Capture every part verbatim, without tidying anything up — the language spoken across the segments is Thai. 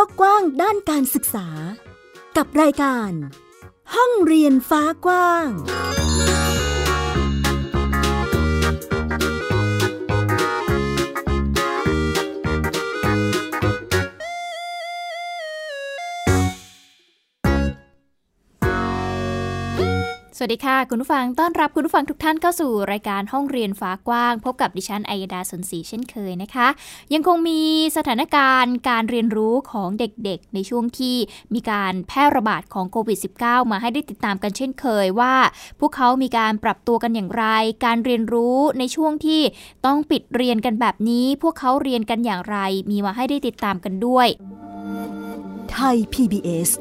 กกว้างด้านการศึกษากับรายการห้องเรียนฟ้ากว้างสวัสดีค่ะคุณผู้ฟังต้อนรับคุณผู้ฟังทุกท่านเข้าสู่รายการห้องเรียนฟ้ากว้างพบกับดิฉันอัยดาสนศรีเช่นเคยนะคะยังคงมีสถานการณ์การเรียนรู้ของเด็กๆในช่วงที่มีการแพร่ระบาดของโควิด สิบเก้า มาให้ได้ติดตามกันเช่นเคยว่าพวกเขามีการปรับตัวกันอย่างไรการเรียนรู้ในช่วงที่ต้องปิดเรียนกันแบบนี้พวกเขาเรียนกันอย่างไรมีมาให้ได้ติดตามกันด้วยไทย พี บี เอส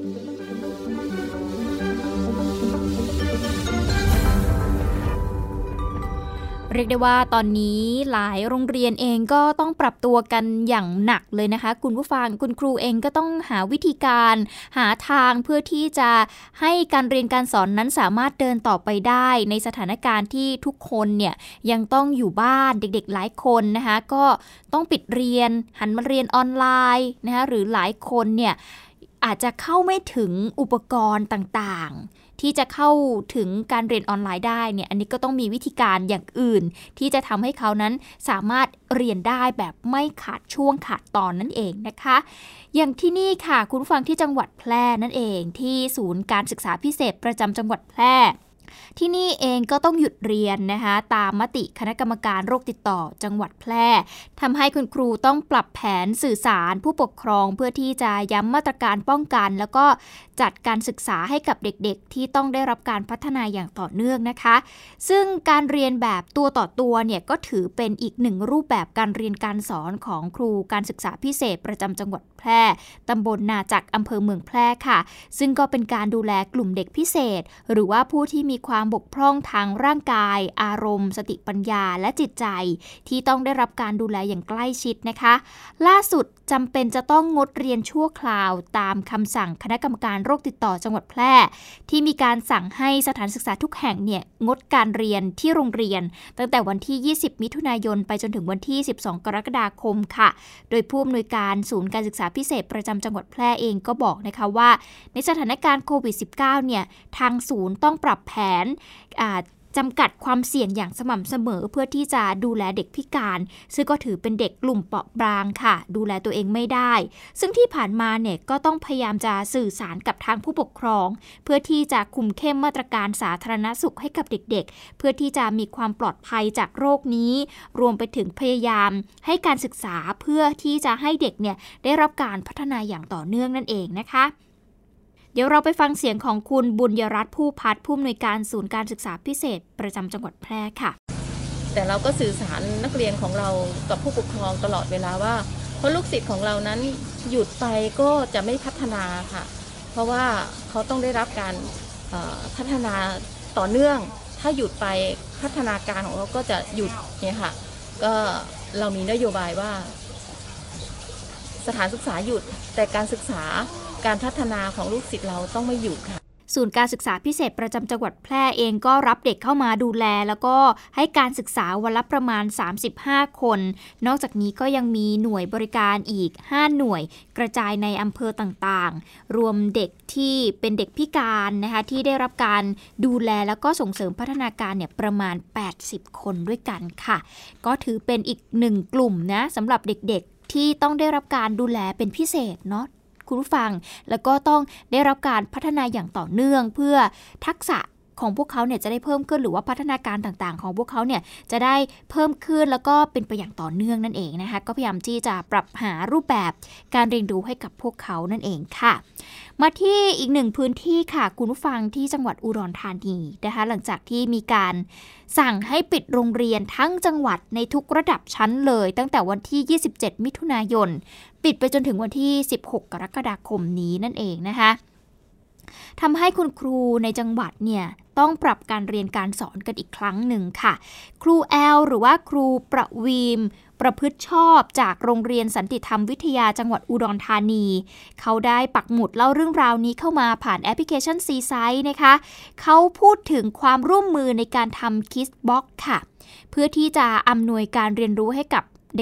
เรียกได้ว่าตอนนี้หลายโรงเรียนเองก็ต้องปรับตัวกันอย่างหนักเลยนะคะคุณผู้ฟังคุณครูเองก็ต้องหาวิธีการหาทางเพื่อที่จะให้การเรียนการสอนนั้นสามารถเดินต่อไปได้ในสถานการณ์ที่ทุกคนเนี่ยยังต้องอยู่บ้านเด็กๆหลายคนนะคะก็ต้องปิดเรียนหันมาเรียนออนไลน์นะคะหรือหลายคนเนี่ยอาจจะเข้าไม่ถึงอุปกรณ์ต่างๆที่จะเข้าถึงการเรียนออนไลน์ได้เนี่ยอันนี้ก็ต้องมีวิธีการอย่างอื่นที่จะทำให้เขานั้นสามารถเรียนได้แบบไม่ขาดช่วงขาดตอนนั่นเองนะคะอย่างที่นี่ค่ะคุณผู้ฟังที่จังหวัดแพร่นั่นเองที่ศูนย์การศึกษาพิเศษประจำจังหวัดแพร่ที่นี่เองก็ต้องหยุดเรียนนะคะตามมติคณะกรรมการโรคติดต่อจังหวัดแพร่ทำให้คุณครูต้องปรับแผนสื่อสารผู้ปกครองเพื่อที่จะย้ำมาตรการป้องกันแล้วก็จัดการศึกษาให้กับเด็กๆที่ต้องได้รับการพัฒนาอย่างต่อเนื่องนะคะซึ่งการเรียนแบบตัวต่อตัวเนี่ยก็ถือเป็นอีกหนึ่งรูปแบบการเรียนการสอนของครูการศึกษาพิเศษประจำจังหวัดแพร่ตำบลนาจักอำเภอเมืองแพร่ค่ะซึ่งก็เป็นการดูแลกลุ่มเด็กพิเศษหรือว่าผู้ที่มีความบกพร่องทางร่างกายอารมณ์สติปัญญาและจิตใจที่ต้องได้รับการดูแลอย่างใกล้ชิดนะคะล่าสุดจำเป็นจะต้องงดเรียนชั่วคราวตามคำสั่งคณะกรรมการโรคติดต่อจังหวัดแพร่ที่มีการสั่งให้สถานศึกษาทุกแห่งเนี่ยงดการเรียนที่โรงเรียนตั้งแต่วันที่ยี่สิบมิถุนายนไปจนถึงวันที่สิบสองกรกฎาคมค่ะโดยผู้อำนวยการศูนย์การศึกษาพิเศษประจำจังหวัดแพร่เองก็บอกนะคะว่าในสถานการณ์โควิด สิบเก้า เนี่ยทางศูนย์ต้องปรับแผนจำกัดความเสี่ยงอย่างสม่ำเสมอเพื่อที่จะดูแลเด็กพิการซึ่งก็ถือเป็นเด็กกลุ่มเปราะบางค่ะดูแลตัวเองไม่ได้ซึ่งที่ผ่านมาเนี่ยก็ต้องพยายามจะสื่อสารกับทางผู้ปกครองเพื่อที่จะคุมเข้มมาตรการสาธารณสุขให้กับเด็กๆเพื่อที่จะมีความปลอดภัยจากโรคนี้รวมไปถึงพยายามให้การศึกษาเพื่อที่จะให้เด็กเนี่ยได้รับการพัฒนาอย่างต่อเนื่องนั่นเองนะคะเดี๋ยวเราไปฟังเสียงของคุณบุญยรัตน์ผู้พัฒน์ผู้อำนวยการศูนย์การศึกษาพิเศษประจำจังหวัดแพร่ค่ะแต่เราก็สื่อสารนักเรียนของเรากับผู้ปกครองตลอดเวลาว่าเพราะลูกศิษย์ของเรานั้นหยุดไปก็จะไม่พัฒนาค่ะเพราะว่าเขาต้องได้รับการพัฒนาต่อเนื่องถ้าหยุดไปพัฒนาการของเราก็จะหยุดเนี่ยค่ะก็เรามีนโยบายว่าสถานศึกษาหยุดแต่การศึกษาการพัฒนาของลูกศิษย์เราต้องไม่หยุดค่ะศูนย์การศึกษาพิเศษประจำจังหวัดแพร่เองก็รับเด็กเข้ามาดูแลแล้วก็ให้การศึกษาวันละประมาณสามสิบห้าคนนอกจากนี้ก็ยังมีหน่วยบริการอีกห้าหน่วยกระจายในอำเภอต่างๆรวมเด็กที่เป็นเด็กพิการนะคะที่ได้รับการดูแลแล้วก็ส่งเสริมพัฒนาการเนี่ยประมาณแปดสิบคนด้วยกันค่ะก็ถือเป็นอีกหนึ่งกลุ่มนะสำหรับเด็กๆที่ต้องได้รับการดูแลเป็นพิเศษเนาะคุณผู้ฟังแล้วก็ต้องได้รับการพัฒนาอย่างต่อเนื่องเพื่อทักษะของพวกเขาเนี่ยจะได้เพิ่มขึ้นหรือว่าพัฒนาการต่างๆของพวกเขาเนี่ยจะได้เพิ่มขึ้นแล้วก็เป็นไปอย่างต่อเนื่องนั่นเองนะคะก็พยายามที่จะปรับหารูปแบบการเรียนรู้ให้กับพวกเขานั่นเองค่ะมาที่อีกหนึ่งพื้นที่ค่ะคุณผู้ฟังที่จังหวัดอุดรธานีนะคะหลังจากที่มีการสั่งให้ปิดโรงเรียนทั้งจังหวัดในทุกระดับชั้นเลยตั้งแต่วันที่ยี่สิบเจ็ดมิถุนายนปิดไปจนถึงวันที่สิบหกกรกฎาคมนี้นั่นเองนะคะทำให้คุณครูในจังหวัดเนี่ยต้องปรับการเรียนการสอนกันอีกครั้งหนึ่งค่ะครูแอลหรือว่าครูประวีมประพฤติชอบจากโรงเรียนสันติธรรมวิทยาจังหวัดอุดรธานีเขาได้ปักหมุดเล่าเรื่องราวนี้เข้ามาผ่านแอปพลิเคชัน ซี ไซต์ นะคะเขาพูดถึงความร่วมมือในการทำคิสบ็อกซ์ค่ะเพื่อที่จะอำนวยการเรียนรู้ให้กับเด็กๆ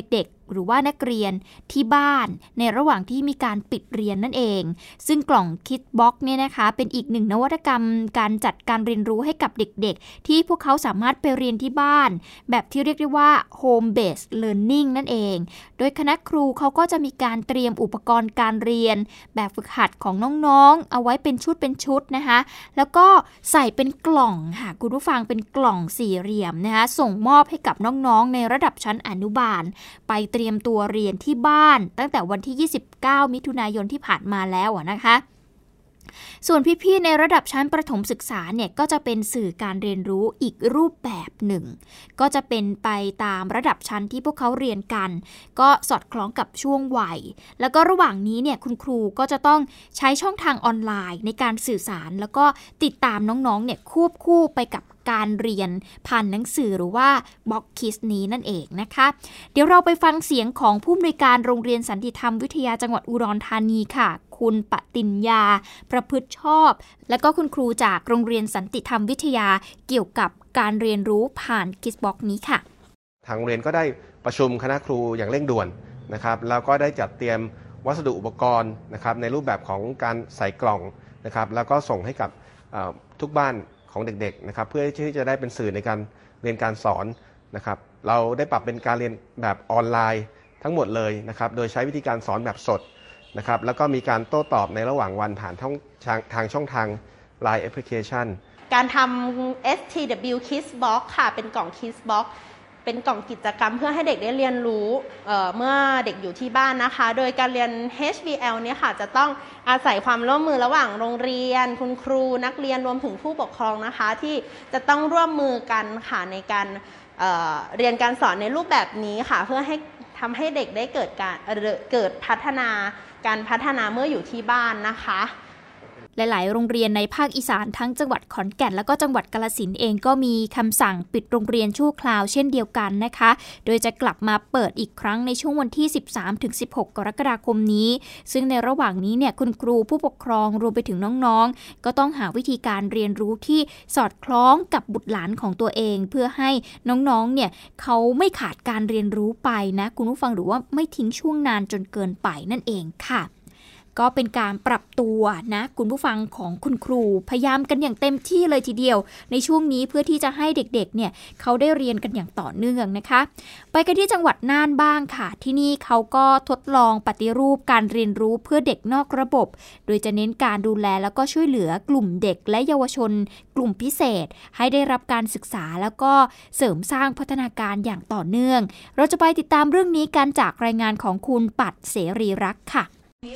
หรือว่านักเรียนที่บ้านในระหว่างที่มีการปิดเรียนนั่นเองซึ่งกล่อง Kids Box เนี่ยนะคะเป็นอีกหนึ่งนวัตกรรมการจัดการเรียนรู้ให้กับเด็กๆที่พวกเขาสามารถไปเรียนที่บ้านแบบที่เรียกได้ว่า Home Based Learning นั่นเองโดยคณะครูเขาก็จะมีการเตรียมอุปกรณ์การเรียนแบบฝึกหัดของน้องๆเอาไว้เป็นชุดเป็นชุดนะคะแล้วก็ใส่เป็นกล่องค่ะคุณผู้ฟังเป็นกล่องสี่เหลี่ยมนะคะส่งมอบให้กับน้องๆในระดับชั้นอนุบาลไปเตรียมตัวเรียนที่บ้านตั้งแต่วันที่ยี่สิบเก้ามิถุนายนที่ผ่านมาแล้วนะคะส่วนพี่ๆในระดับชั้นประถมศึกษาเนี่ยก็จะเป็นสื่อการเรียนรู้อีกรูปแบบหนึ่งก็จะเป็นไปตามระดับชั้นที่พวกเขาเรียนกันก็สอดคล้องกับช่วงวัยแล้วก็ระหว่างนี้เนี่ยคุณครูก็จะต้องใช้ช่องทางออนไลน์ในการสื่อสารแล้วก็ติดตามน้องๆเนี่ยควบคู่ไปกับการเรียนผ่านหนังสือหรือว่า Box Kids นี้นั่นเองนะคะเดี๋ยวเราไปฟังเสียงของผู้อำนวยการโรงเรียนสันติธรรมวิทยาจังหวัดอุดรธานีค่ะคุณปติญญาประพฤติชอบและก็คุณครูจากโรงเรียนสันติธรรมวิทยาเกี่ยวกับการเรียนรู้ผ่าน Kids Box นี้ค่ะทางโรงเรียนก็ได้ประชุมคณะครูอย่างเร่งด่วนนะครับแล้วก็ได้จัดเตรียมวัสดุอุปกรณ์นะครับในรูปแบบของการใส่กล่องนะครับแล้วก็ส่งให้กับทุกบ้านของเด็กๆนะครับเพื่อที่จะได้เป็นสื่อในการเรียนการสอนนะครับเราได้ปรับเป็นการเรียนแบบออนไลน์ทั้งหมดเลยนะครับโดยใช้วิธีการสอนแบบสดนะครับแล้วก็มีการโต้ตอบในระหว่างวันผ่านทางช่องทาง ไลน์ Application การทำ เอส ที ดับเบิลยู Kids Box ค่ะเป็นกล่อง Kids Box เป็นกล่องกิจกรรมเพื่อให้เด็กได้เรียนรู้เ, เมื่อเด็กอยู่ที่บ้านนะคะโดยการเรียน เอช บี แอล เนี่ยค่ะจะต้องอาศัยความร่วมมือระหว่างโรงเรียนคุณครูนักเรียนรวมถึงผู้ปกครองนะคะที่จะต้องร่วมมือกันค่ะในการเ, เรียนการสอนในรูปแบบนี้ค่ะเพื่อให้ทำให้เด็กได้เกิดการเกิดพัฒนาการพัฒนาเมื่ออยู่ที่บ้านนะคะหลายๆโรงเรียนในภาคอีสานทั้งจังหวัดขอนแก่นและก็จังหวัดกาฬสินธุ์เองก็มีคำสั่งปิดโรงเรียนชั่วคราวเช่นเดียวกันนะคะโดยจะกลับมาเปิดอีกครั้งในช่วงวันที่ สิบสามถึงสิบหก กรกฎาคมนี้ซึ่งในระหว่างนี้เนี่ยคุณครูผู้ปกครองรวมไปถึงน้องๆก็ต้องหาวิธีการเรียนรู้ที่สอดคล้องกับบุตรหลานของตัวเองเพื่อให้น้องๆเนี่ยเขาไม่ขาดการเรียนรู้ไปนะคุณผู้ฟังหรือว่าไม่ทิ้งช่วงนานจนเกินไปนั่นเองค่ะก็เป็นการปรับตัวนะคุณผู้ฟังของคุณครูพยายามกันอย่างเต็มที่เลยทีเดียวในช่วงนี้เพื่อที่จะให้เด็กๆเนี่ยเขาได้เรียนกันอย่างต่อเนื่องนะคะไปกันที่จังหวัดน่านบ้างค่ะที่นี่เขาก็ทดลองปฏิรูปการเรียนรู้เพื่อเด็กนอกระบบโดยจะเน้นการดูแลแล้วก็ช่วยเหลือกลุ่มเด็กและเยาวชนกลุ่มพิเศษให้ได้รับการศึกษาแล้วก็เสริมสร้างพัฒนาการอย่างต่อเนื่องเราจะไปติดตามเรื่องนี้กันจากรายงานของคุณปัดเสรีรักษ์ค่ะ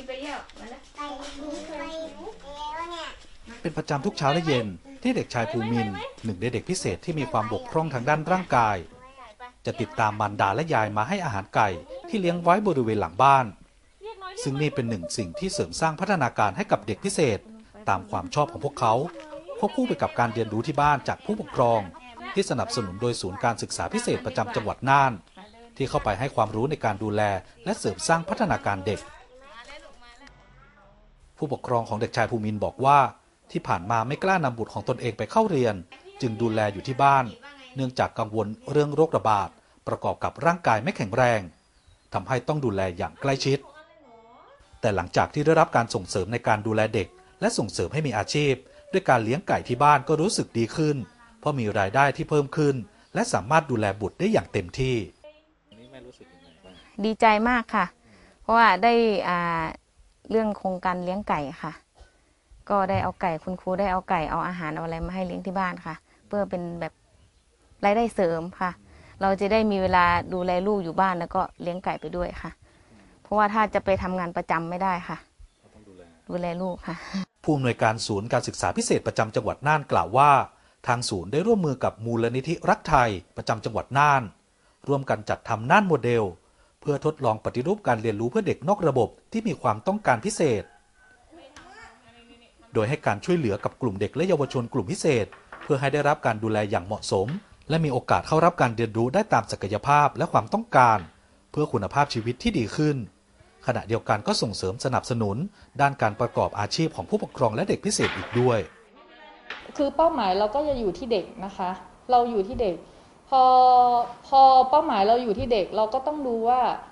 เป็นประจำทุกเช้าและเย็นที่เด็กชายภูมินทร์หนึ่งในเด็กพิเศษที่มีความบกพร่องทางด้านร่างกายจะติดตามมารดาและยายมาให้อาหารไก่ที่เลี้ยงไว้บริเวณหลังบ้านซึ่งนี่เป็นหนึ่งสิ่งที่เสริมสร้างพัฒนาการให้กับเด็กพิเศษตามความชอบของพวกเขาควบคู่ไปกับการเรียนรู้ที่บ้านจากผู้ปกครองที่สนับสนุนโดยศูนย์การศึกษาพิเศษประจำจังหวัดน่านที่เข้าไปให้ความรู้ในการดูแลและเสริมสร้างพัฒนาการเด็กผู้ปกครองของเด็กชายภูมินทร์บอกว่าที่ผ่านมาไม่กล้านำบุตรของตนเองไปเข้าเรียนจึงดูแลอยู่ที่บ้านเนื่องจากกังวลเรื่องโรคระบาดประกอบกับร่างกายไม่แข็งแรงทำให้ต้องดูแลอย่างใกล้ชิดแต่หลังจากที่ได้รับการส่งเสริมในการดูแลเด็กและส่งเสริมให้มีอาชีพด้วยการเลี้ยงไก่ที่บ้านก็รู้สึกดีขึ้นเพราะมีรายได้ที่เพิ่มขึ้นและสามารถดูแลบุตรได้อย่างเต็มที่ดีใจมากค่ะเพราะว่าได้อ่าเรื่องโครงการเลี้ยงไก่ค่ะก็ได้เอาไก่คุณครูได้เอาไก่เอาอาหารเอาอะไรมาให้เลี้ยงที่บ้านค่ะเพื่อเป็นแบบรายได้เสริมค่ะเราจะได้มีเวลาดูแลลูกอยู่บ้านแล้วก็เลี้ยงไก่ไปด้วยค่ะเพราะว่าถ้าจะไปทำงานประจำไม่ได้ค่ะดูแลลูกค่ะผู้อำนวยการศูนย์การศึกษาพิเศษประจำจังหวัดน่านกล่าวว่าทางศูนย์ได้ร่วมมือกับมูลนิธิรักไทยประจำจังหวัดน่านร่วมกันจัดทำน่านโมเดลเพื่อทดลองปฏิรูปการเรียนรู้เพื่อเด็กนอกระบบที่มีความต้องการพิเศษโดยให้การช่วยเหลือกับกลุ่มเด็กและเยาวชนกลุ่มพิเศษเพื่อให้ได้รับการดูแลอย่างเหมาะสมและมีโอกาสเข้ารับการเรียนรู้ได้ตามศักยภาพและความต้องการเพื่อคุณภาพชีวิตที่ดีขึ้นขณะเดียวกันก็ส่งเสริมสนับสนุนด้านการประกอบอาชีพของผู้ปกครองและเด็กพิเศษอีกด้วยคือเป้าหมายเราก็จะอยู่ที่เด็กนะคะเราอยู่ที่เด็กพอพอเป้าหมายเราอยู่ที่เด็กเราก็ต้องดูว่า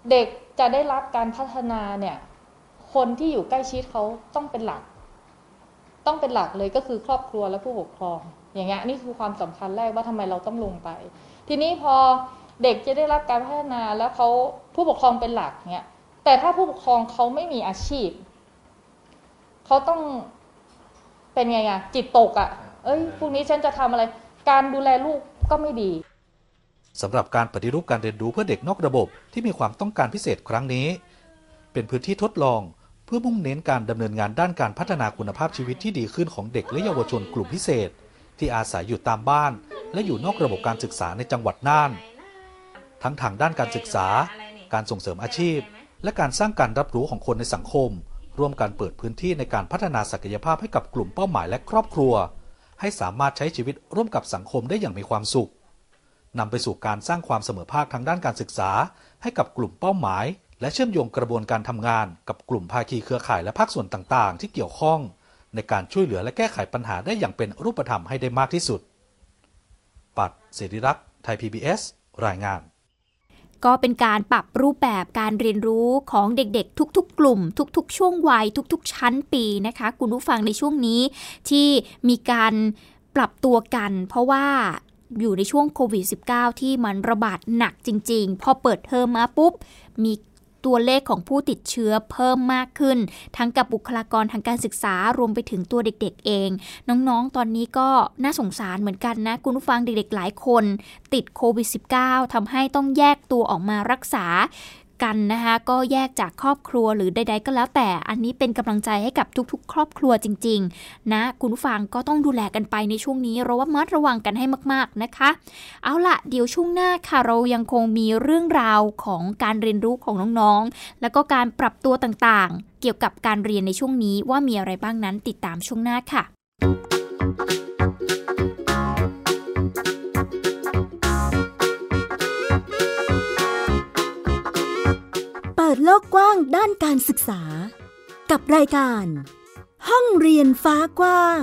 เด็กจะได้รับการพัฒนาเนี่ยคนที่อยู่ใกล้ชิดเขาต้องเป็นหลักต้องเป็นหลักเลยก็คือครอบครัวและผู้ปกครองอย่างเงี้ยนี่คือความสำคัญแรกว่าทำไมเราต้องลงไปทีนี้พอเด็กจะได้รับการพัฒนาแล้วเขาผู้ปกครองเป็นหลักเนี่ยแต่ถ้าผู้ปกครองเขาไม่มีอาชีพเขาต้องเป็นไงอะจิตตกอะเอ้ยพรุ่งนี้ฉันจะทำอะไรการดูแลลูกก็ไม่ดีสำหรับการปฏิรูปการเรียนรู้เพื่อเด็กนอกระบบที่มีความต้องการพิเศษครั้งนี้เป็นพื้นที่ทดลองเพื่อมุ่งเน้นการดำเนินงานด้านการพัฒนาคุณภาพชีวิตที่ดีขึ้นของเด็กและเยาวชนกลุ่มพิเศษที่อาศัยอยู่ตามบ้านและอยู่นอกระบบการศึกษาในจังหวัดน่านทั้งทางด้านการศึกษาการส่งเสริมอาชีพและการสร้างการรับรู้ของคนในสังคมร่วมกันเปิดพื้นที่ในการพัฒนาศักยภาพให้กับกลุ่มเป้าหมายและครอบครัวให้สามารถใช้ชีวิตร่วมกับสังคมได้อย่างมีความสุขนำไปสู่การสร้างความเสมอภาคทางด้านการศึกษาให้กับกลุ่มเป้าหมายและเชื่อมโยงกระบวนการทำงานกับกลุ่มภาคีเครือข่ายและภาคส่วนต่างๆที่เกี่ยวข้องในการช่วยเหลือและแก้ไขปัญหาได้อย่างเป็นรูปธรรมให้ได้มากที่สุดปัดเสรีรักษ์ไทย พี บี เอส รายงานก็เป็นการปรับรูปแบบการเรียนรู้ของเด็กๆทุกๆกลุ่มทุกๆช่วงวัยทุกๆชั้นปีนะคะคุณผู้ฟังในช่วงนี้ที่มีการปรับตัวกันเพราะว่าอยู่ในช่วงโควิด สิบเก้า ที่มันระบาดหนักจริงๆพอเปิดเทอมมาปุ๊บมีตัวเลขของผู้ติดเชื้อเพิ่มมากขึ้นทั้งกับบุคลากรทางการศึกษารวมไปถึงตัวเด็กๆเองน้องๆตอนนี้ก็น่าสงสารเหมือนกันนะคุณผู้ฟังเด็กๆหลายคนติดโควิด สิบเก้า ทำให้ต้องแยกตัวออกมารักษากันนะคะก็แยกจากครอบครัวหรือใดๆก็แล้วแต่อันนี้เป็นกำลังใจให้กับทุกๆครอบครัวจริงๆนะคุณผู้ฟังก็ต้องดูแลกันไปในช่วงนี้เราว่ามัดระวังกันให้มากๆนะคะเอาล่ะเดี๋ยวช่วงหน้าค่ะเรายังคงมีเรื่องราวของการเรียนรู้ของน้องๆแล้วก็การปรับตัวต่างๆเกี่ยวกับการเรียนในช่วงนี้ว่ามีอะไรบ้างนั้นติดตามช่วงหน้าค่ะเปิดโลกกว้างด้านการศึกษากับรายการห้องเรียนฟ้ากว้าง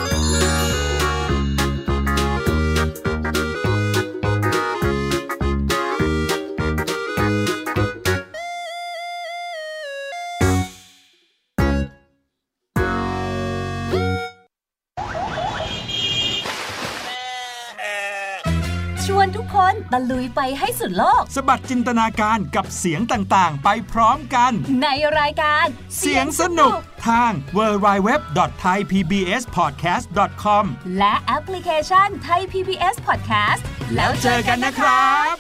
ชวนทุกคนตะลุยไปให้สุดโลกสะบัดจินตนาการกับเสียงต่างๆไปพร้อมกันในรายการเสียงสนุกทาง ดับเบิลยู ดับเบิลยู ดับเบิลยู ดอท ไทย พี บี เอส พอดแคสต์ ดอท คอมและแอปพลิเคชัน Thai พี บี เอส Podcast แล้วเจอกันนะครับ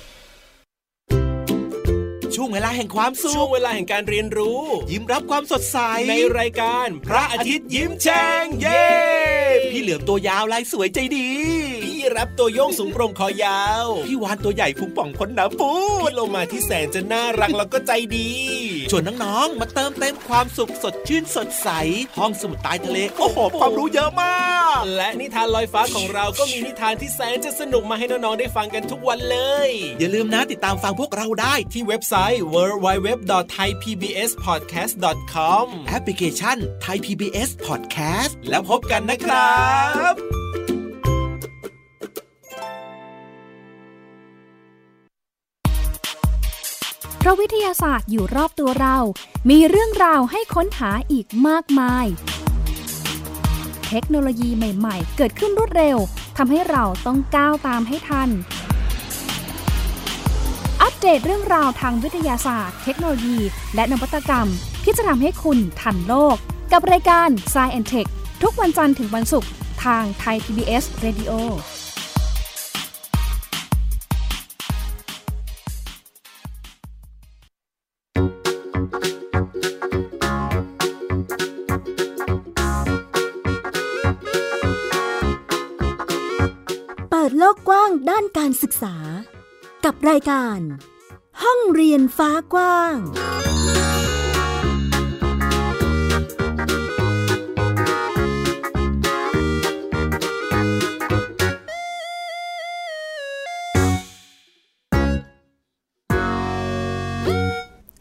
ช่วงเวลาแห่งความสุขช่วงเวลาแห่งการเรียนรู้ยิ้มรับความสดใสในรายการพระอาทิตย์ยิ้มแฉ่งเย้พี่เหลือมตัวยาวลายสวยใจดีพี่รับตัวโยงสูงโปร่งคอยาวพี่วานตัวใหญ่พุงป่องพ้นน้ำปูพี่โลมาที่แสนจะน่ารักแล้วก็ใจดีชวนน้องๆมาเติมเต็มความสุขสดชื่นสดใสห้องสมุดใต้ทะเลโอ้โหความรู้เยอะมากและนิทานลอยฟ้าของเราก็มีนิทานที่แสนจะสนุกมาให้น้องๆได้ฟังกันทุกวันเลยอย่าลืมนะติดตามฟังพวกเราได้ที่เว็บไซต์ ดับเบิลยู ดับเบิลยู ดับเบิลยู ดอท ไทย พี บี เอส พอดแคสต์ ดอท คอม แอปพลิเคชัน Thai พี บี เอส Podcast แล้วพบกันนะครับเพราะวิทยาศาสตร์อยู่รอบตัวเรามีเรื่องราวให้ค้นหาอีกมากมายเทคโนโลยีใหม่ๆเกิดขึ้นรวดเร็วทำให้เราต้องก้าวตามให้ทันอัปเดตเรื่องราวทางวิทยาศาสตร์เทคโนโลยีและนวัตกรรมที่จะทำให้คุณทันโลกกับรายการ Science แอนด์ Tech ทุกวันจันทร์ถึงวันศุกร์ทาง Thai พี บี เอส Radio เปิดโลกกว้างด้านการศึกษากับรายการห้องเรียนฟ้ากว้าง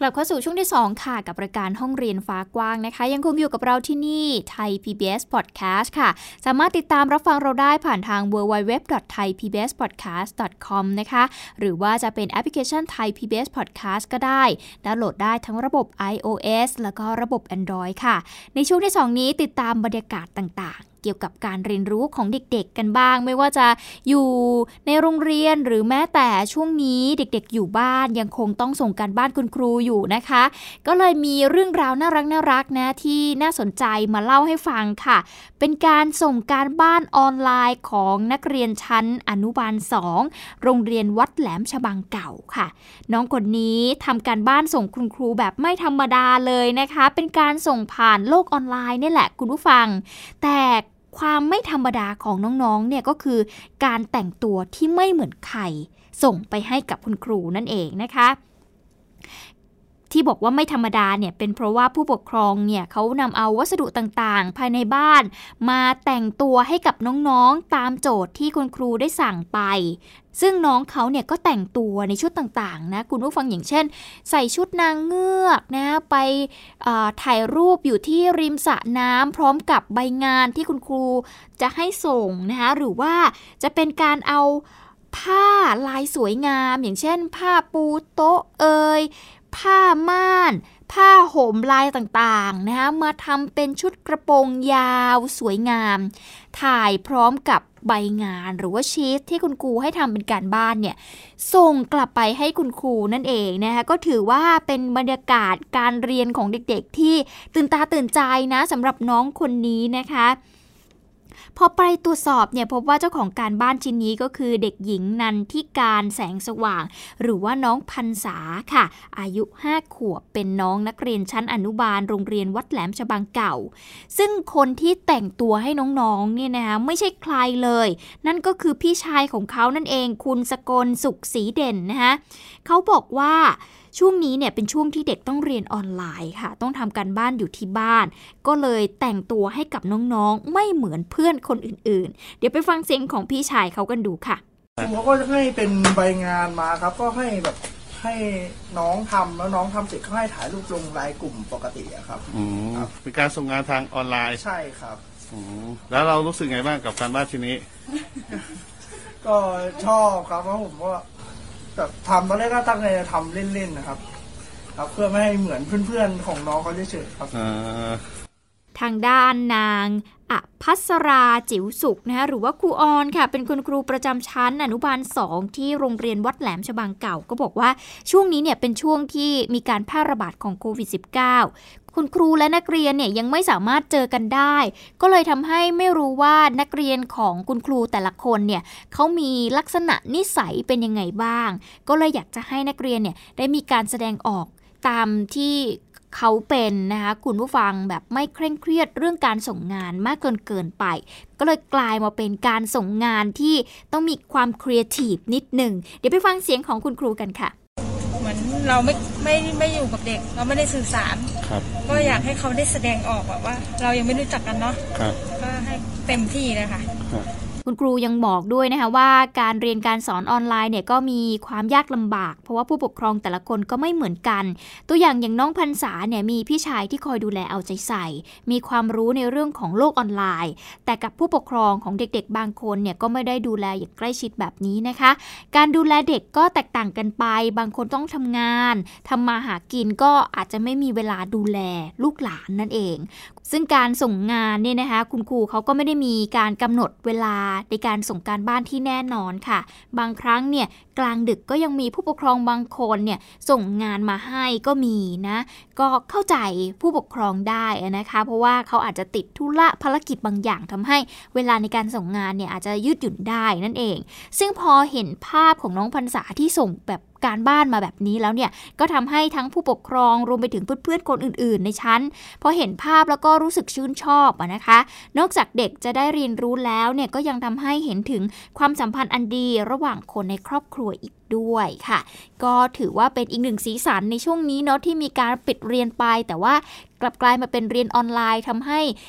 ลับเข้าสู่ช่วงที่สองค่ะกับรายการห้องเรียนฟ้ากว้างนะคะยังคงอยู่กับเราที่นี่ไทย พี บี เอส Podcast ค่ะสามารถติดตามรับฟังเราได้ผ่านทาง ดับเบิลยู ดับเบิลยู ดับเบิลยู ดอท ไทย พี บี เอส พอดแคสต์ ดอท คอม นะคะหรือว่าจะเป็นแอปพลิเคชัน Thai พี บี เอส Podcast ก็ได้ดาวน์โหลดได้ทั้งระบบ iOS แล้วก็ระบบ Android ค่ะในช่วงที่สองนี้ติดตามบรรยากาศต่างๆเกี่ยวกับการเรียนรู้ของเด็กๆกันบ้างไม่ว่าจะอยู่ในโรงเรียนหรือแม้แต่ช่วงนี้เด็กๆอยู่บ้านยังคงต้องส่งการบ้านคุณครูอยู่นะคะก็เลยมีเรื่องราวน่ารักน่ารักนะที่น่าสนใจมาเล่าให้ฟังค่ะเป็นการส่งการบ้านออนไลน์ของนักเรียนชั้นอนุบาลสองโรงเรียนวัดแหลมฉบังเก่าค่ะน้องคนนี้ทำการบ้านส่งคุณครูแบบไม่ธรรมดาเลยนะคะเป็นการส่งผ่านโลกออนไลน์นี่แหละคุณผู้ฟังแต่ความไม่ธรรมดาของน้องๆเนี่ยก็คือการแต่งตัวที่ไม่เหมือนใครส่งไปให้กับคุณครูนั่นเองนะคะที่บอกว่าไม่ธรรมดาเนี่ยเป็นเพราะว่าผู้ปกครองเนี่ยเขานำเอาวัสดุต่างๆภายในบ้านมาแต่งตัวให้กับน้องๆตามโจทย์ที่คุณครูได้สั่งไปซึ่งน้องเขาเนี่ยก็แต่งตัวในชุดต่างๆนะคุณผู้ฟังอย่างเช่นใส่ชุดนางเงือกนะไปถ่ายรูปอยู่ที่ริมสระน้ำพร้อมกับใบงานที่คุณครูจะให้ส่งนะคะหรือว่าจะเป็นการเอาผ้าลายสวยงามอย่างเช่นผ้าปูโต๊ะเอ่ยผ้าม่านผ้าห่มลายต่างๆนะคะมาทำเป็นชุดกระโปรงยาวสวยงามถ่ายพร้อมกับใบงานหรือว่าชีทที่คุณครูให้ทำเป็นการบ้านเนี่ยส่งกลับไปให้คุณครูนั่นเองนะคะก็ถือว่าเป็นบรรยากาศการเรียนของเด็กๆที่ตื่นตาตื่นใจนะสำหรับน้องคนนี้นะคะพอไปตรวจสอบเนี่ยพบว่าเจ้าของการบ้านชิ้นนี้ก็คือเด็กหญิงนันทิการแสงสว่างหรือว่าน้องพรรษาค่ะอายุห้าขวบเป็นน้องนักเรียนชั้นอนุบาลโรงเรียนวัดแหลมฉบังเก่าซึ่งคนที่แต่งตัวให้น้องๆเนี่ยนะคะไม่ใช่ใครเลยนั่นก็คือพี่ชายของเขานั่นเองคุณสกลสุขศรีเด่นนะคะเขาบอกว่าช่วงนี้เนี่ยเป็นช่วงที่เด็กต้องเรียนออนไลน์ค่ะต้องทำการบ้านอยู่ที่บ้านก็เลยแต่งตัวให้กับน้องๆไม่เหมือนเพื่อนคนอื่นๆเดี๋ยวไปฟังเสียงของพี่ชายเขากันดูค่ะผมก็จะให้เป็นใบงานมาครับก็ให้แบบให้น้องทำแล้วน้องทำเสร็จก็ให้ถ่ายรูปลงไลน์กลุ่มปกติอะครับอืมเป็นการส่งงานทางออนไลน์ใช่ครับอืมแล้วเรารู้สึกไงบ้างกับการบ้านชิ้นนี้ก็ชอบครับเพราะผมก็แบบทำตอนแรกก็ตั้งใจจะทำเล่นๆนะครับครับเพื่อไม่ให้เหมือนเพื่อนๆของน้องเขาเฉยๆครับทางด้านนางอภัสราจิ๋วสุขนะคะหรือว่าครูออนค่ะเป็นคุณครูประจำชั้นอนุบาลสองที่โรงเรียนวัดแหลมฉบังเก่าก็บอกว่าช่วงนี้เนี่ยเป็นช่วงที่มีการแพร่ระบาดของโควิด สิบเก้า คุณครูและนักเรียนเนี่ยยังไม่สามารถเจอกันได้ก็เลยทำให้ไม่รู้ว่านักเรียนของคุณครูแต่ละคนเนี่ยเขามีลักษณะนิสัยเป็นยังไงบ้างก็เลยอยากจะให้นักเรียนเนี่ยได้มีการแสดงออกตามที่เขาเป็นนะคะคุณผู้ฟังแบบไม่เคร่งเครียดเรื่องการส่งงานมากเกินเกินไปก็เลยกลายมาเป็นการส่งงานที่ต้องมีความครีเอทีฟนิดหนึ่งเดี๋ยวไปฟังเสียงของคุณครูกันค่ะเหมือนเราไม่ไม่ไม่อยู่กับเด็กเราไม่ได้สื่อสารก็อยากให้เขาได้แสดงออกแบบว่าเรายังไม่รู้จักกันเนาะก็ให้เต็มที่เลยค่ะคุณครูยังบอกด้วยนะคะว่าการเรียนการสอนออนไลน์เนี่ยก็มีความยากลำบากเพราะว่าผู้ปกครองแต่ละคนก็ไม่เหมือนกันตัวอย่างอย่างน้องพรรษาเนี่ยมีพี่ชายที่คอยดูแลเอาใจใส่มีความรู้ในเรื่องของโลกออนไลน์แต่กับผู้ปกครองของเด็กๆบางคนเนี่ยก็ไม่ได้ดูแลอย่างใกล้ชิดแบบนี้นะคะการดูแลเด็กก็แตกต่างกันไปบางคนต้องทำงานทำมาหากินก็อาจจะไม่มีเวลาดูแลลูกหลานนั่นเองซึ่งการส่งงานเนี่ยนะคะคุณครูเขาก็ไม่ได้มีการกำหนดเวลาในการส่งการบ้านที่แน่นอนค่ะบางครั้งเนี่ยกลางดึกก็ยังมีผู้ปกครองบางคนเนี่ยส่งงานมาให้ก็มีนะก็เข้าใจผู้ปกครองได้นะคะเพราะว่าเขาอาจจะติดธุระภารกิจบางอย่างทำให้เวลาในการส่งงานเนี่ยอาจจะยืดหยุ่นได้นั่นเองซึ่งพอเห็นภาพของน้องพรรษาที่ส่งแบบการบ้านมาแบบนี้แล้วเนี่ยก็ทำให้ทั้งผู้ปกครองรวมไปถึงเพื่อนๆคนอื่นๆในชั้นพอเห็นภาพแล้วก็รู้สึกชื่นชอบอะนะคะนอกจากเด็กจะได้เรียนรู้แล้วเนี่ยก็ยังทำให้เห็นถึงความสัมพันธ์อันดีระหว่างคนในครอบครัวอีกด้วยค่ะก็ถือว่าเป็นอีกหนึ่งสีสันในช่วงนี้เนาะที่มีการปิดเรียนไปแต่ว่ากลับกลายมาเป็นเรียนออนไลน์ทำให้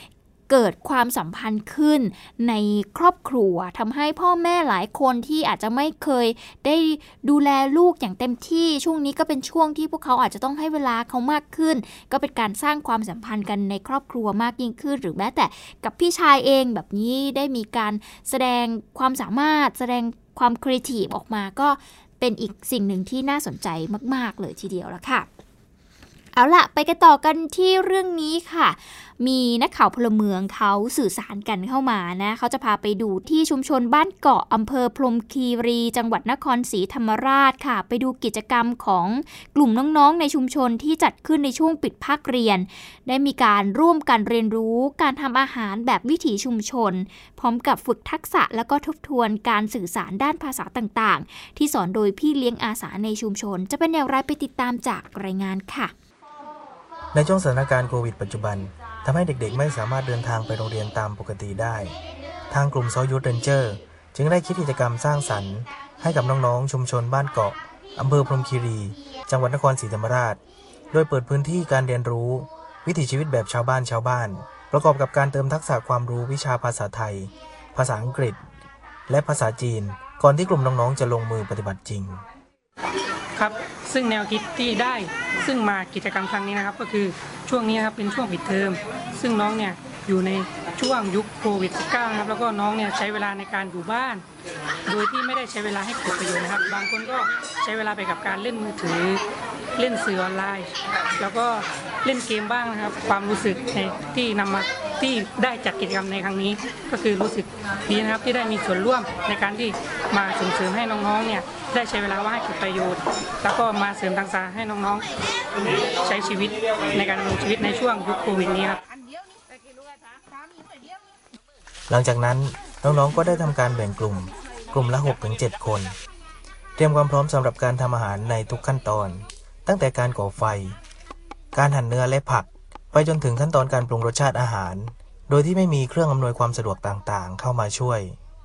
เกิดความสัมพันธ์ขึ้นในครอบครัวทำให้พ่อแม่หลายคนที่อาจจะไม่เคยได้ดูแลลูกอย่างเต็มที่ช่วงนี้ก็เป็นช่วงที่พวกเขาอาจจะต้องให้เวลาเขามากขึ้นก็เป็นการสร้างความสัมพันธ์กันในครอบครัวมากยิ่งขึ้นหรือแม้แต่กับพี่ชายเองแบบนี้ได้มีการแสดงความสามารถแสดงความครีเอทีฟออกมาก็เป็นอีกสิ่งหนึ่งที่น่าสนใจมากๆเลยทีเดียวละค่ะเอาล่ะไปกันต่อกันที่เรื่องนี้ค่ะมีนักข่าวพลเมืองเขาสื่อสารกันเข้ามานะเขาจะพาไปดูที่ชุมชนบ้านเกาะอำเภอพรหมคีรีจังหวัดนครศรีธรรมราชค่ะไปดูกิจกรรมของกลุ่มน้องๆในชุมชนที่จัดขึ้นในช่วงปิดภาคเรียนได้มีการร่วมกันเรียนรู้การทำอาหารแบบวิถีชุมชนพร้อมกับฝึกทักษะแล้วก็ทบทวนการสื่อสารด้านภาษาต่างๆที่สอนโดยพี่เลี้ยงอาสาในชุมชนจะเป็นอย่างไรไปติดตามจากรายงานค่ะในช่วงสถานการณ์โควิดปัจจุบันทำให้เด็กๆไม่สามารถเดินทางไปโรงเรียนตามปกติได้ทางกลุ่มซอยูทเรนเจอร์จึงได้คิดกิจกรรมสร้างสรรค์ให้กับน้องๆชุมชนบ้านเกาะอำเภอพรหมคีรีจังหวัดนครศรีธรรมราชโดยเปิดพื้นที่การเรียนรู้วิถีชีวิตแบบชาวบ้านชาวบ้านประกอบกับการเติมทักษะความรู้วิชาภาษาไทยภาษาอังกฤษและภาษาจีนก่อนที่กลุ่มน้องๆจะลงมือปฏิบัติจริงครับซึ่งแนวคิดที่ได้ซึ่งมากิจกรรมครั้งนี้นะครับก็คือช่วงนี้นะครับเป็นช่วงปิดเทอมซึ่งน้องเนี่ยอยู่ในช่วงยุคโควิด สิบเก้า นะครับแล้วก็น้องเนี่ยใช้เวลาในการอยู่บ้านโดยที่ไม่ได้ใช้เวลาให้เกิดประโยชน์นะครับบางคนก็ใช้เวลาไปกับการเล่นมือถือเล่นสื่อออนไลน์แล้วก็เล่นเกมบ้างนะครับความรู้สึกในที่นำมาที่ได้จัดกิจกรรมในครั้งนี้ก็คือรู้สึกดีนะครับที่ได้มีส่วนร่วมในการที่มาส่งเสริมให้น้องๆเนี่ยได้ใช้เวลาว่างให้เกิดประโยชน์แล้วก็มาเสริมทักษะให้น้องๆใช้ชีวิตในการดำรงชีวิตในช่วงยุคโควิดนี้ครับหลังจากนั้นน้องๆก็ได้ทำการแบ่งกลุ่มกลุ่มละ หกถึงเจ็ด คนเตรียมความพร้อมสำหรับการทำอาหารในทุกขั้นตอนตั้งแต่การก่อไฟการหั่นเนื้อและผักไปจนถึงขั้นตอนการปรุงรสชาติอาหารโดยที่ไม่มีเครื่องอำนวยความสะดวกต่างๆเข้ามาช่วย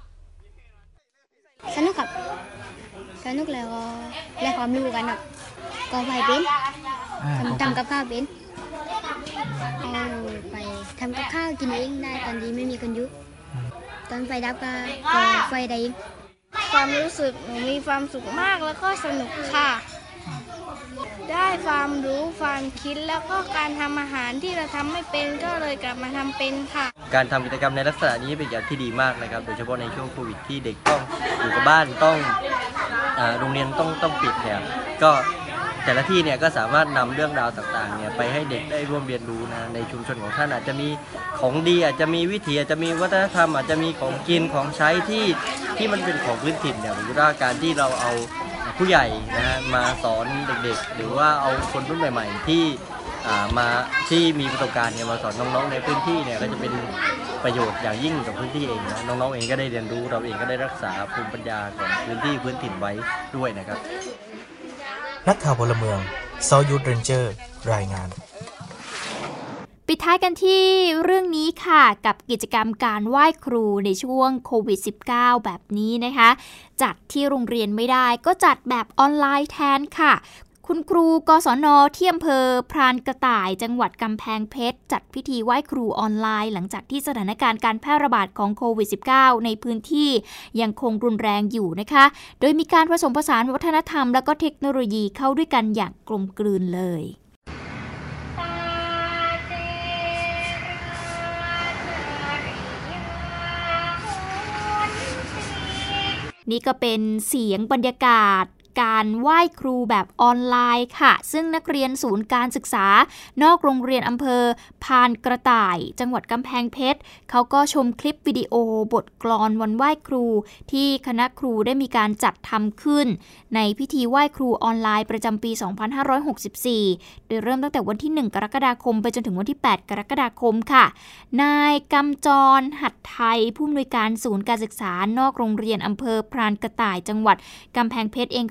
สนุกครับสนุกแล้วก็ได้ความรู้กันครับก่อไฟเป็นทำทำกับข้าวเป็นเอาไปทำกับข้าวกินเองได้ตอนนี้ไม่มีคนยุตอนไฟดับก็ก่อไฟได้เองความรู้สึกหนูมีความสุขมากแล้วก็สนุกค่ะได้ความรู้ความคิดแล้วก็การทำอาหารที่เราทำไม่เป็นก็เลยกลับมาทำเป็นค่ะการทำกิจกรรมในลักษณะนี้เป็นอย่างที่ดีมากนะครับโดยเฉพาะในช่วงโควิดที่เด็กต้องอยู่กับบ้านต้องโรงเรียนต้องต้องปิดเนี่ยก็แต่ละที่เนี่ยก็สามารถนำเรื่องราวต่างๆเนี่ยไปให้เด็กได้ร่วมเรียนรู้นะในชุมชนของท่านอาจจะมีของดีอาจจะมีวิถีอาจจะมีวัฒนธรรมอาจจะมีของกินของใช้ที่ที่มันเป็นของพื้นถิ่นเนี่ยผมว่าการที่เราเอาผู้ใหญ่นะฮะมาสอนเด็กๆหรือว่าเอาคนรุ่นใหม่ๆที่มาที่มีประสบการณ์เนี่ยมาสอนน้องๆในพื้นที่เนี่ยก็จะเป็นประโยชน์อย่างยิ่งกับพื้นที่เองนะน้องๆเองก็ได้เรียนรู้เราเองก็ได้รักษาภูมิปัญญาของพื้นที่พื้นถิ่นไว้ด้วยนะครับนักข่าวพลเมืองซอยูทเรนเจอร์รายงานปิดท้ายกันที่เรื่องนี้ค่ะกับกิจกรรมการไหว้ครูในช่วงโควิด สิบเก้า แบบนี้นะคะจัดที่โรงเรียนไม่ได้ก็จัดแบบออนไลน์แทนค่ะคุณครูกศน.ที่อำเภอพรานกระต่ายจังหวัดกำแพงเพชรจัดพิธีไหว้ครูออนไลน์หลังจากที่สถานการณ์การแพร่ระบาดของโควิด สิบเก้า ในพื้นที่ยังคงรุนแรงอยู่นะคะโดยมีการผสมผสานวัฒนธรรมและก็เทคโนโลยีเข้าด้วยกันอย่างกลมกลืนเลยนี่ก็เป็นเสียงบรรยากาศการไหว้ครูแบบออนไลน์ค่ะซึ่งนักเรียนศูนย์การศึกษานอกโรงเรียนอำเภอพานกระต่ายจังหวัดกำแพงเพชรเขาก็ชมคลิปวิดีโอบทกลอนวันไหว้ครูที่คณะครูได้มีการจัดทำขึ้นในพิธีไหว้ครูออนไลน์ประจำปี สองพันห้าร้อยหกสิบสี่ โดยเริ่มตั้งแต่วันที่หนึ่งกรกฎาคมไปจนถึงวันที่แปดกรกฎาคมค่ะนายกำจรหัดไทยผู้อำนวยการศูนย์การศึกษานอกโรงเรียนอำเภอพรานกระต่ายจังหวัดกำแพงเพชรเองก็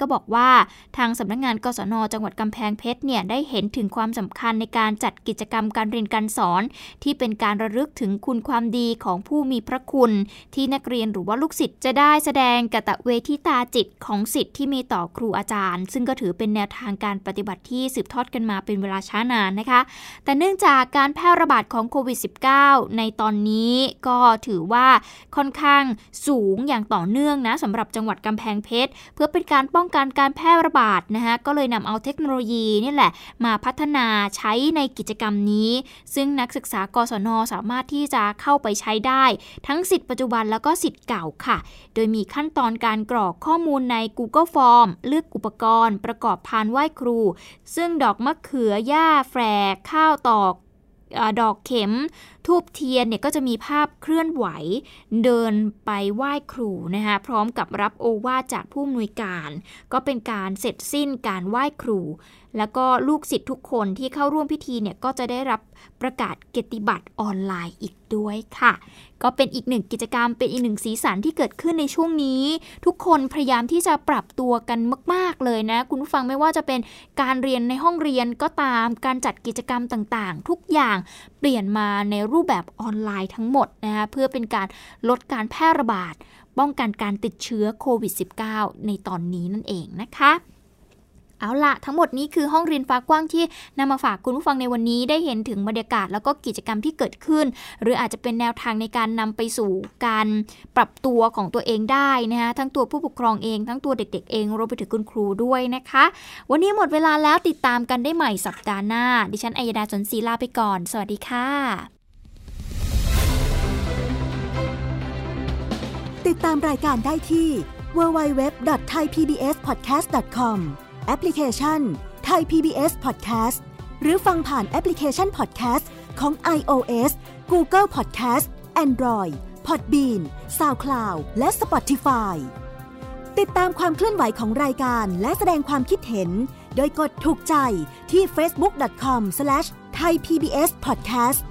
บอกว่าทางสำนักงานกศน.จังหวัดกำแพงเพชรเนี่ยได้เห็นถึงความสำคัญในการจัดกิจกรรมการเรียนการสอนที่เป็นการระลึกถึงคุณความดีของผู้มีพระคุณที่นักเรียนหรือว่าลูกศิษย์จะได้แสดงกตเวทิตาจิตของศิษย์ที่มีต่อครูอาจารย์ซึ่งก็ถือเป็นแนวทางการปฏิบัติที่สืบทอดกันมาเป็นเวลาช้านานนะคะแต่เนื่องจากการแพร่ระบาดของโควิด สิบเก้า ในตอนนี้ก็ถือว่าค่อนข้างสูงอย่างต่อเนื่องนะสำหรับจังหวัดกำแพงเพชรเพื่อเป็นการป้องกันการแพร่ระบาดนะคะก็เลยนำเอาเทคโนโลยีนี่แหละมาพัฒนาใช้ในกิจกรรมนี้ซึ่งนักศึกษากศน.สามารถที่จะเข้าไปใช้ได้ทั้งศิษย์ปัจจุบันแล้วก็ศิษย์เก่าค่ะโดยมีขั้นตอนการกรอกข้อมูลใน Google Form เลือกอุปกรณ์ประกอบพานไหว้ครูซึ่งดอกมะเขือหญ้าแฝกข้าวตอกดอกเข็มทูบเทียนเนี่ยก็จะมีภาพเคลื่อนไหวเดินไปไหว้ครูนะคะพร้อมกับรับโอวาทจากผู้อำนวยการก็เป็นการเสร็จสิ้นการไหว้ครูแล้วก็ลูกศิษย์ทุกคนที่เข้าร่วมพิธีเนี่ยก็จะได้รับประกาศเกียรติบัตรออนไลน์อีกด้วยค่ะก็เป็นอีกหนึ่งกิจกรรมเป็นอีกหนึ่งสีสันที่เกิดขึ้นในช่วงนี้ทุกคนพยายามที่จะปรับตัวกันมากๆเลยนะคุณผู้ฟังไม่ว่าจะเป็นการเรียนในห้องเรียนก็ตามการจัดกิจกรรมต่างๆทุกอย่างเปลี่ยนมาในรูปแบบออนไลน์ทั้งหมดนะคะเพื่อเป็นการลดการแพร่ระบาดป้องกันการติดเชื้อโควิด สิบเก้า ในตอนนี้นั่นเองนะคะเอาละทั้งหมดนี้คือห้องเรียนฟ้ากว้างที่นำมาฝากคุณผู้ฟังในวันนี้ได้เห็นถึงบรรยากาศแล้วก็กิจกรรมที่เกิดขึ้นหรืออาจจะเป็นแนวทางในการนำไปสู่การปรับตัวของตัวเองได้นะคะทั้งตัวผู้ปกครองเองทั้งตัวเด็กๆเองรวมไปถึงคุณครูด้วยนะคะวันนี้หมดเวลาแล้วติดตามกันได้ใหม่สัปดาห์หน้าดิฉันอัยดาสนศรีลาไปก่อนสวัสดีค่ะติดตามรายการได้ที่ ดับเบิลยู ดับเบิลยู ดับเบิลยู ดอท ไทย พี บี เอส พอดแคสต์ ดอท คอม แอปพลิเคชัน Thai พี บี เอส Podcast หรือฟังผ่านแอปพลิเคชัน Podcast ของ iOS Google Podcast Android Podbean SoundCloud และ Spotify ติดตามความเคลื่อนไหวของรายการและแสดงความคิดเห็นโดยกดถูกใจที่ เฟซบุ๊ก ดอท คอม สแลช ไทย พี บี เอส พอดแคสต์